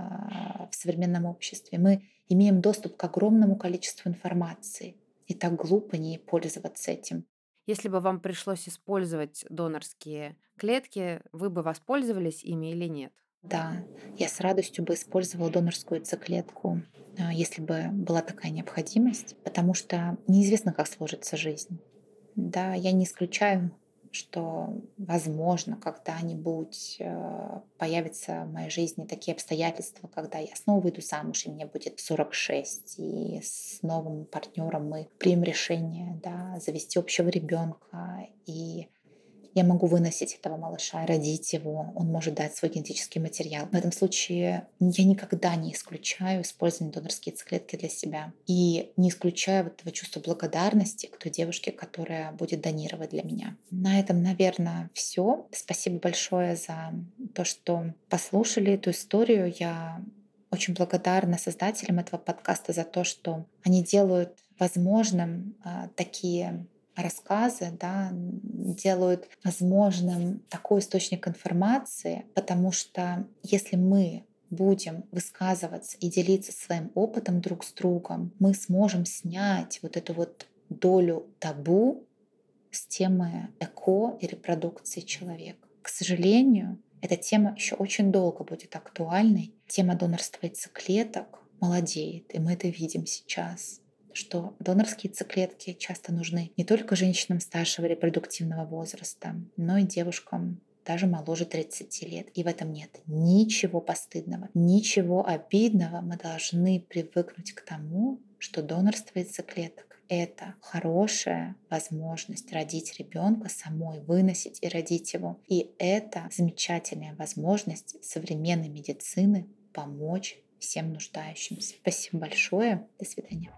а, в современном обществе. Мы имеем доступ к огромному количеству информации. И так глупо не пользоваться этим. Если бы вам пришлось использовать донорские клетки, вы бы воспользовались ими или нет? Да, я с радостью бы использовала донорскую яйцеклетку, а, если бы была такая необходимость, потому что неизвестно, как сложится жизнь. Да, я не исключаю, что, возможно, когда-нибудь э, появятся в моей жизни такие обстоятельства, когда я снова выйду замуж, и мне будет сорок шесть, и с новым партнером мы примем решение, да, завести общего ребенка, и я могу выносить этого малыша, родить его, он может дать свой генетический материал. В этом случае я никогда не исключаю использование донорской яйцеклетки для себя. И не исключаю вот этого чувства благодарности к той девушке, которая будет донировать для меня. На этом, наверное, все. Спасибо большое за то, что послушали эту историю. Я очень благодарна создателям этого подкаста за то, что они делают возможным а, такие рассказы, да, делают возможным такой источник информации, потому что если мы будем высказываться и делиться своим опытом друг с другом, мы сможем снять вот эту вот долю табу с темы эко и репродукции человека. К сожалению, эта тема еще очень долго будет актуальной. Тема донорства яйцеклеток молодеет, и мы это видим сейчас, что донорские яйцеклетки часто нужны не только женщинам старшего репродуктивного возраста, но и девушкам даже моложе тридцати лет. И в этом нет ничего постыдного, ничего обидного. Мы должны привыкнуть к тому, что донорство яйцеклеток — это хорошая возможность родить ребенка самой, выносить и родить его. И это замечательная возможность современной медицины помочь всем нуждающимся. Спасибо большое. До свидания.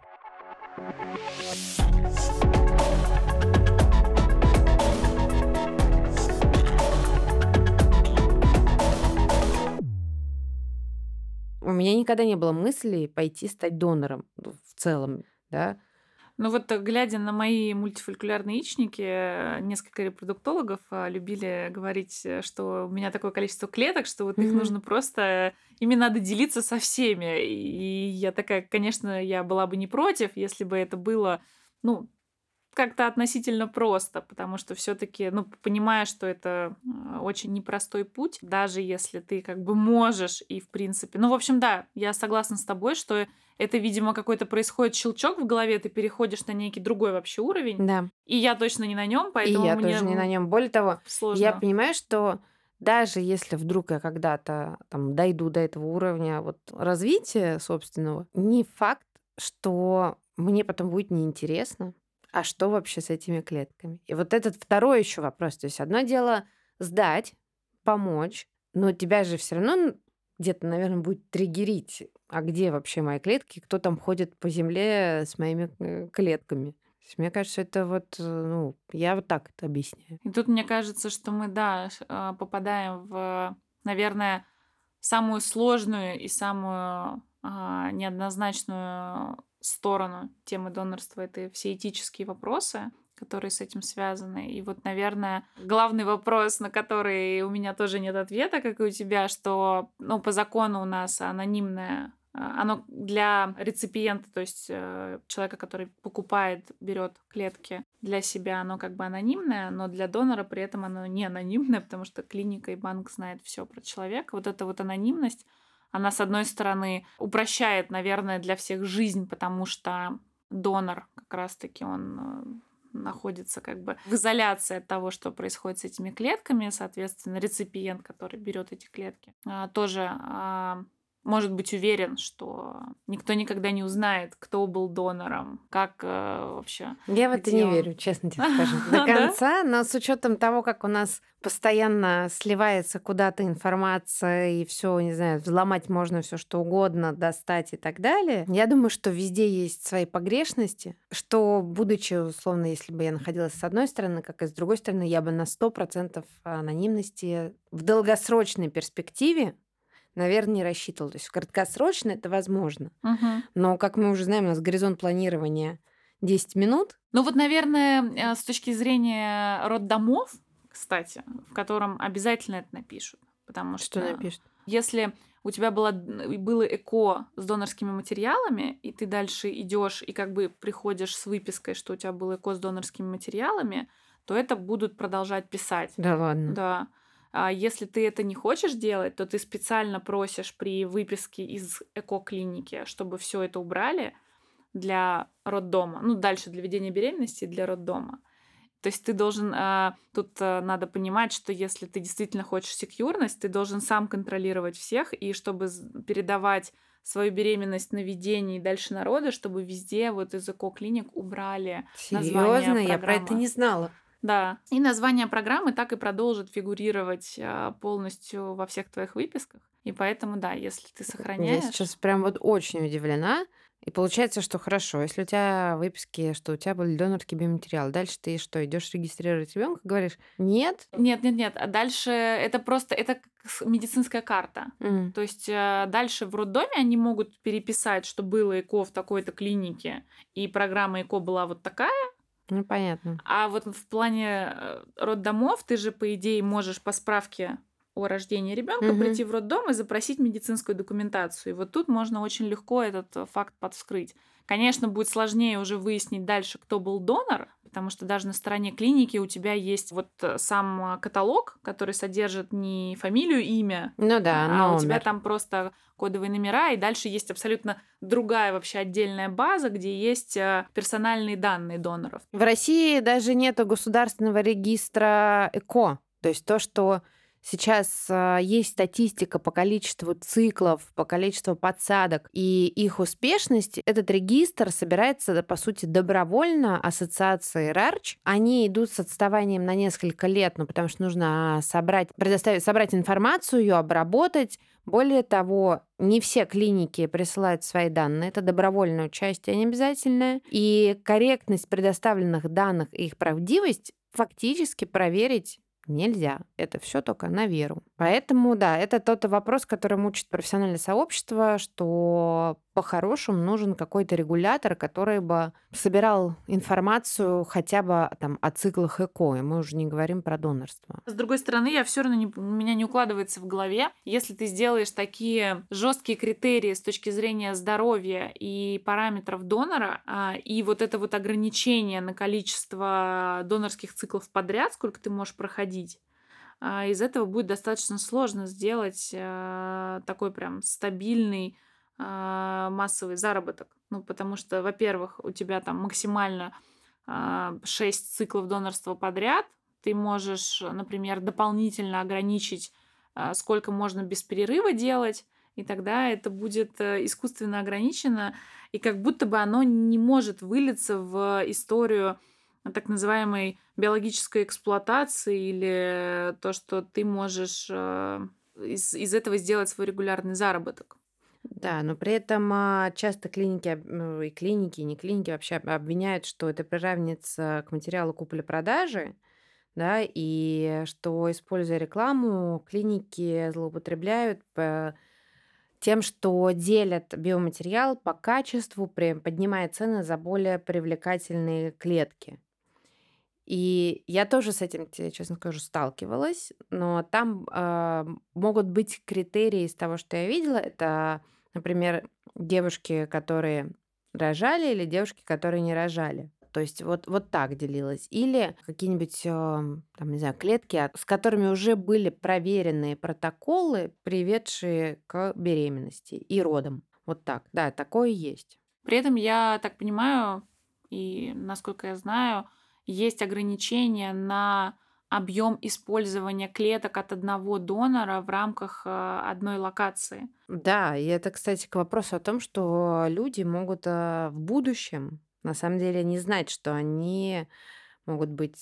У меня никогда не было мысли пойти стать донором ну, в целом, да. Ну вот, э, глядя на мои мультифолликулярные яичники, э, несколько репродуктологов а, любили говорить, э, что у меня такое количество клеток, что вот их Мгм. нужно просто, ими надо делиться со всеми. И я такая, конечно, я была бы не против, если бы это было, ну, как-то относительно просто, потому что все-таки, ну, понимая, что это э, очень непростой путь, даже если ты как бы можешь и в принципе, ну, в общем, да, я согласна с тобой, что это, видимо, какой-то происходит щелчок в голове, ты переходишь на некий другой вообще уровень, Да. и я точно не на нем, И поэтому я мне тоже не на м, нем. Более того, я сложно. понимаю, что даже если вдруг я когда-то там дойду до этого уровня вот развития собственного, не факт, что мне потом будет неинтересно, а что вообще с этими клетками. И вот этот второй еще вопрос. То есть одно дело сдать, помочь, но тебя же все равно н- где-то, наверное, будет триггерить, а где вообще мои клетки, кто там ходит по земле с моими э, клетками. То есть мне кажется, это вот, э, ну, я вот так это объясняю. И тут мне кажется, что мы, да, ш- а, попадаем в, наверное, самую сложную и самую а, неоднозначную сторону темы донорства. Это все этические вопросы, которые с этим связаны. И вот, наверное, главный вопрос, на который у меня тоже нет ответа, как и у тебя, что, ну, по закону у нас анонимное, а, оно для реципиента, то есть э, человека, который покупает, берет клетки для себя, оно как бы анонимное, но для донора при этом оно не анонимное, потому что клиника и банк знает все про человека. Вот эта вот анонимность, она, с одной стороны, упрощает, наверное, для всех жизнь, потому что донор как раз-таки он э, находится как бы в изоляции от того, что происходит с этими клетками, соответственно, реципиент, который берет эти клетки, а, тоже а, может быть уверен, что никто никогда не узнает, кто был донором, как э, вообще, Я в это где не он. верю, честно тебе скажу. До Да? конца, но с учетом того, как у нас постоянно сливается куда-то информация и все, не знаю, взломать можно все что угодно, достать и так далее. Я думаю, что везде есть свои погрешности, что, будучи, условно, если бы я находилась с одной стороны, как и с другой стороны, я бы на сто процентов анонимности в долгосрочной перспективе, наверное, не рассчитывала. То есть в краткосрочно это возможно. Мгм. Но, как мы уже знаем, у нас горизонт планирования десять минут. Ну вот, наверное, э, с точки зрения роддомов, кстати, в котором обязательно это напишут, потому Что что напишут? если у тебя было, д- было ЭКО с донорскими материалами, и ты дальше идешь и как бы приходишь с выпиской, что у тебя было ЭКО с донорскими материалами, то это будут продолжать писать. Да ладно. Да. А если ты это не хочешь делать, то ты специально просишь при выписке из ЭКО-клиники, чтобы все это убрали для роддома. Ну, дальше для ведения беременности и для роддома. То есть ты должен, а, тут а, надо понимать, что если ты действительно хочешь секьюрность, ты должен сам контролировать всех, и чтобы з- передавать свою беременность на ведение и дальше на роды, чтобы везде вот из эко-клиник убрали название Серьезно? Я про это программы. не знала. Да, и название программы так и продолжит фигурировать а, полностью во всех твоих выписках. И поэтому, да, если ты Я сохраняешь... сейчас прям вот очень удивлена. И получается, что хорошо, если у тебя выписки, что у тебя были донорские биоматериалы, дальше ты что, идешь регистрировать ребенка, говоришь, нет? Нет, нет, нет. А дальше это просто это как с- медицинская карта. М, То есть э, дальше в роддоме они могут переписать, что было ЭКО в такой-то клинике, и программа ЭКО была вот такая. Ну, понятно. А вот в плане э, роддомов ты же, по идее, можешь по справке о рождении ребенка, Мгм. прийти в роддом и запросить медицинскую документацию. И вот тут можно очень легко этот э, факт подвскрыть. Конечно, будет сложнее уже выяснить дальше, кто был донор, потому что даже на стороне клиники у тебя есть вот э, сам э, каталог, который содержит не фамилию, имя, Ну да, а у тебя номер. там просто кодовые номера, и дальше есть абсолютно другая вообще отдельная база, где есть э, персональные данные доноров. В России даже нету государственного регистра ЭКО. То есть то, что сейчас а, есть статистика по количеству циклов, по количеству подсадок и их успешность, этот регистр собирается, да, по сути, добровольно ассоциацией РАРЧ. Они идут с отставанием на несколько лет, ну, потому что нужно а, собрать, предоставить, собрать информацию, ее обработать. Более того, не все клиники присылают свои данные, это добровольное участие, не обязательное. И корректность предоставленных данных и их правдивость фактически проверить нельзя. Это все только на веру. Поэтому, да, это тот вопрос, который мучит профессиональное сообщество, что по-хорошему нужен какой-то регулятор, который бы собирал информацию хотя бы там о циклах ЭКО, и мы уже не говорим про донорство. С другой стороны, я все равно не, у меня не укладывается в голове, если ты сделаешь такие жесткие критерии с точки зрения здоровья и параметров донора, а, и вот это вот ограничение на количество донорских циклов подряд, сколько ты можешь проходить, а, из этого будет достаточно сложно сделать а, такой прям стабильный а, массовый заработок. Ну, потому что, во-первых, у тебя там максимально а, шесть циклов донорства подряд. Ты можешь, например, дополнительно ограничить, а, сколько можно без перерыва делать, и тогда это будет э, искусственно ограничено, и как будто бы оно не может вылиться в историю так называемой биологической эксплуатации или то, что ты можешь э, из, из этого сделать свой регулярный заработок. Да, но при этом а, часто клиники, об- ну, и клиники, и не клиники вообще об- обвиняют, что это приравнивается к материалу купли-продажи, да, и что, используя рекламу, клиники злоупотребляют по- тем, что делят биоматериал по качеству, при- поднимая цены за более привлекательные клетки. И я тоже с этим, тебе честно скажу, сталкивалась, но там а, могут быть критерии из того, что я видела. Это, например, девушки, которые рожали, или девушки, которые не рожали. То есть вот, вот так делилось. Или какие-нибудь, ам, там, не знаю, клетки, от- с которыми уже были проверенные протоколы, приведшие к беременности и родам. Вот так. Да, такое есть. При этом я так понимаю, и насколько я знаю, есть ограничения на объем использования клеток от одного донора в рамках э, одной локации. Да, и это, кстати, к вопросу о том, что люди могут а, в будущем на самом деле не знать, что они могут быть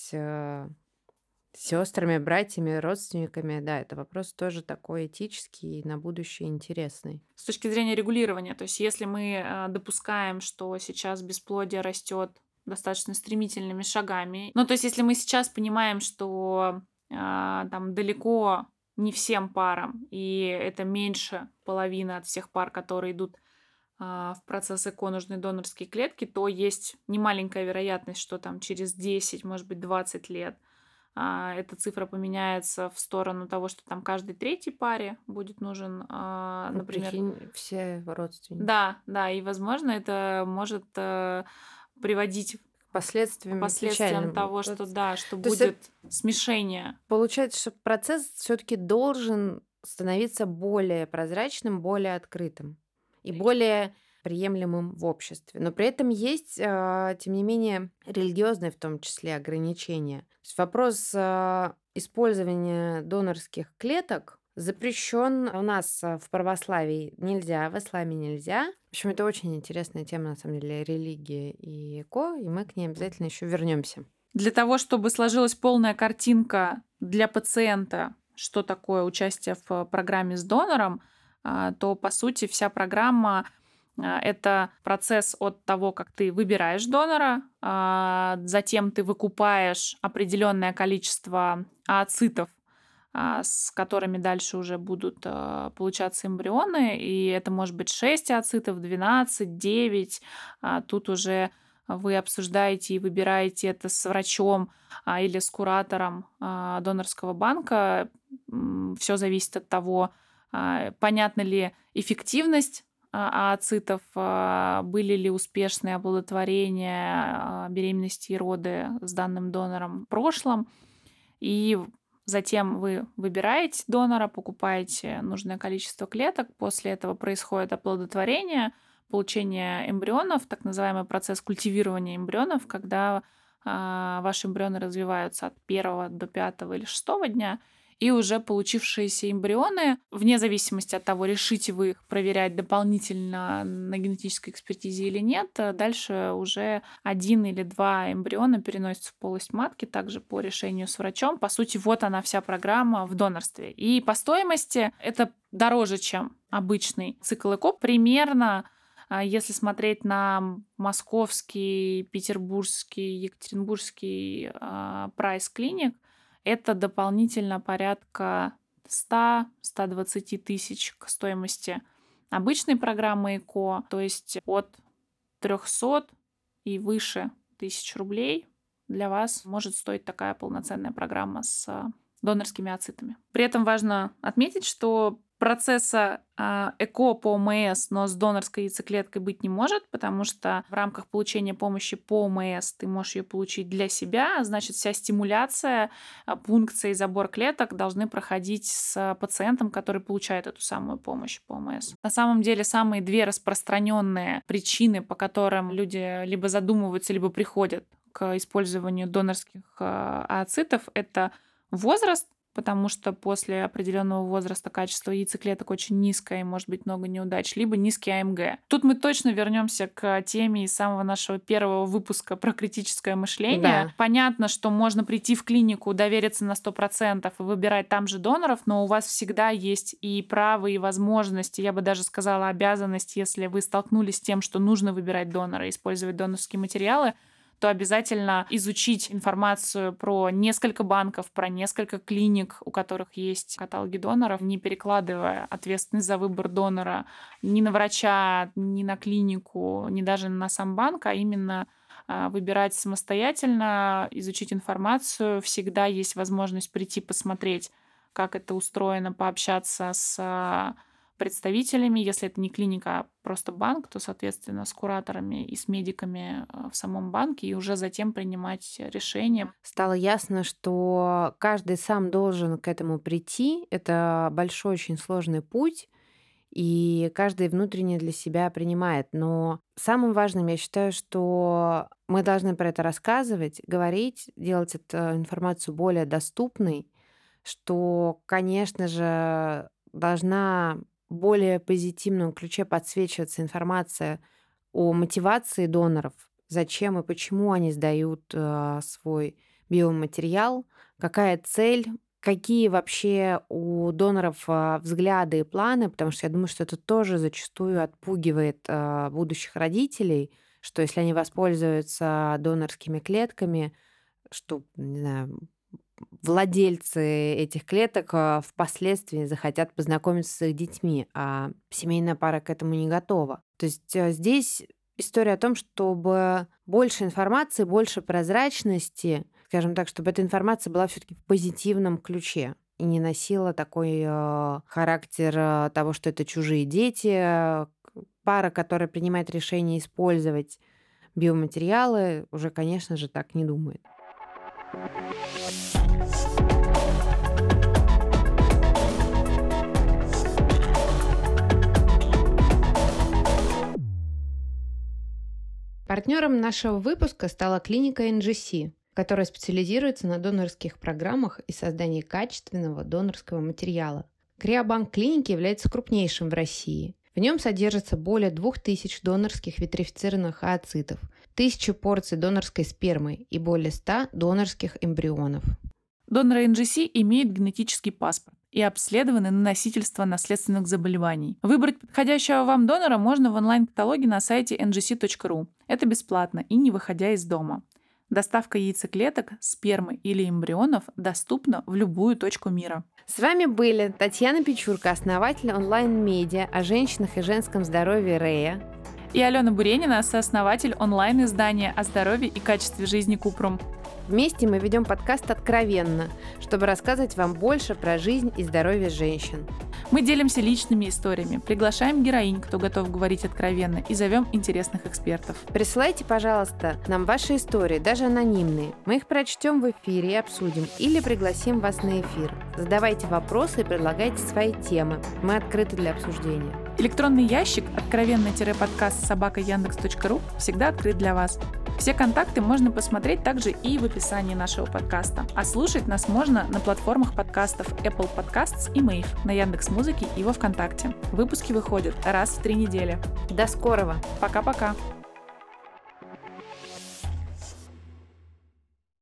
сестрами, братьями, родственниками. Да, это вопрос тоже такой этический и на будущее интересный. С точки зрения регулирования, то есть если мы э, допускаем, что сейчас бесплодие растет достаточно стремительными шагами, ну то есть если мы сейчас понимаем, что э, там далеко не всем парам, и это меньше половины от всех пар, которые идут а, в процесс ЭКО нужны донорские клетки, то есть немаленькая вероятность, что там через десять, может быть, двадцать лет а, эта цифра поменяется в сторону того, что там каждой третьей паре будет нужен, а, Ну, например. прикинь, все родственники. Да, да, и, возможно, это может э, приводить к Последствиям последствиям печальным. того, Вот. что да, что То есть это будет смешение. получается, что процесс все-таки должен становиться более прозрачным, более открытым и более приемлемым в обществе. Но при этом есть, а, тем не менее, религиозные в том числе ограничения. То есть вопрос а, использования донорских клеток запрещен у нас а, в православии нельзя, в исламе нельзя. В общем, это очень интересная тема, на самом деле, религия и эко, и мы к ней обязательно еще вернемся. Для того, чтобы сложилась полная картинка для пациента, что такое участие в программе с донором, а, то, по сути, вся программа а, это процесс от того, как ты выбираешь донора, а, затем ты выкупаешь определенное количество ооцитов, а, с которыми дальше уже будут а, получаться эмбрионы. И это может быть шесть ооцитов, двенадцать, девять. А, Тут уже вы обсуждаете и выбираете это с врачом а, или с куратором а, донорского банка. Все зависит от того, а, понятна ли эффективность а, ооцитов, а, были ли успешные оплодотворения, а, беременности и роды с данным донором в прошлом. И затем вы выбираете донора, покупаете нужное количество клеток. После этого происходит оплодотворение, получение эмбрионов, так называемый процесс культивирования эмбрионов, когда а, ваши эмбрионы развиваются от первого до пятого или шестого дня. И уже получившиеся эмбрионы, вне зависимости от того, решите вы их проверять дополнительно на генетической экспертизе или нет, а дальше уже один или два эмбриона переносятся в полость матки, также по решению с врачом. По сути, вот она вся программа в донорстве. И по стоимости это дороже, чем обычный цикл ЭКО. Примерно, а, если смотреть на московский, петербургский, екатеринбургский а, прайс-клиник, это дополнительно порядка ста-ста двадцати тысяч к стоимости обычной программы ЭКО, то есть от трехсот и выше тысяч рублей для вас может стоить такая полноценная программа с а, донорскими ооцитами. При этом важно отметить, что процесса а, ЭКО по ОМС, но с донорской яйцеклеткой быть не может, потому что в рамках получения помощи по ОМС ты можешь ее получить для себя, а значит, вся стимуляция, а, пункция и забор клеток должны проходить с пациентом, который получает эту самую помощь по ОМС. На самом деле, самые две распространенные причины, по которым люди либо задумываются, либо приходят к использованию донорских а, ооцитов, это возраст, потому что после определенного возраста качество яйцеклеток очень низкое и может быть много неудач, либо низкий АМГ. Тут мы точно вернемся к теме из самого нашего первого выпуска про критическое мышление. Да. Понятно, что можно прийти в клинику, довериться на сто процентов и выбирать там же доноров, но у вас всегда есть и право, и возможности, я бы даже сказала, обязанность, если вы столкнулись с тем, что нужно выбирать донора, использовать донорские материалы, то обязательно изучить информацию про несколько банков, про несколько клиник, у которых есть каталоги доноров, не перекладывая ответственность за выбор донора ни на врача, ни на клинику, ни даже на сам банк, а именно а, выбирать самостоятельно, изучить информацию. Всегда есть возможность прийти посмотреть, как это устроено, пообщаться с а, представителями. Если это не клиника, а просто банк, то, соответственно, с кураторами и с медиками а, в самом банке, и уже затем принимать решение. Стало ясно, что каждый сам должен к этому прийти. Это большой, очень сложный путь, и каждый внутренне для себя принимает. Но самым важным, я считаю, что мы должны про это рассказывать, говорить, делать эту информацию более доступной, что, конечно же, должна в более позитивном ключе подсвечиваться информация о мотивации доноров, зачем и почему они сдают э, свой биоматериал, какая цель, какие вообще у доноров э, взгляды и планы, потому что я думаю, что это тоже зачастую отпугивает э, будущих родителей, что если они воспользуются донорскими клетками, что, не знаю, владельцы этих клеток а, впоследствии захотят познакомиться с их детьми, а семейная пара к этому не готова. То есть а, здесь история о том, чтобы больше информации, больше прозрачности, скажем так, чтобы эта информация была все-таки в позитивном ключе и не носила такой а, характер а, того, что это чужие дети, а, пара, которая принимает решение использовать биоматериалы, уже, конечно же, так не думает. Партнером нашего выпуска стала клиника эн джи си, которая специализируется на донорских программах и создании качественного донорского материала. Криобанк клиники является крупнейшим в России. В нем содержится более двух тысяч донорских витрифицированных ооцитов, тысячи порций донорской спермы и более ста донорских эмбрионов. Доноры эн джи си имеют генетический паспорт и обследованы на носительство наследственных заболеваний. Выбрать подходящего вам донора можно в онлайн-каталоге на сайте эн джи си точка ру. Это бесплатно и не выходя из дома. Доставка яйцеклеток, спермы или эмбрионов доступна в любую точку мира. С вами были Татьяна Печурка, основатель онлайн-медиа о женщинах и женском здоровье Рея, И Алена Буренина, сооснователь онлайн-издания о здоровье и качестве жизни Купрум. Вместе мы ведем подкаст «Откровенно», чтобы рассказывать вам больше про жизнь и здоровье женщин. Мы делимся личными историями, приглашаем героинь, кто готов говорить откровенно, и зовем интересных экспертов. Присылайте, пожалуйста, нам ваши истории, даже анонимные. Мы их прочтем в эфире и обсудим, или пригласим вас на эфир. Задавайте вопросы и предлагайте свои темы. Мы открыты для обсуждения. Электронный ящик откровенно-подкаст собака яндекс точка ру всегда открыт для вас. Все контакты можно посмотреть также и в описании нашего подкаста. А слушать нас можно на платформах подкастов Apple Podcasts и Mave, на Яндекс.Музыке и во Вконтакте. Выпуски выходят раз в три недели. До скорого! Пока-пока!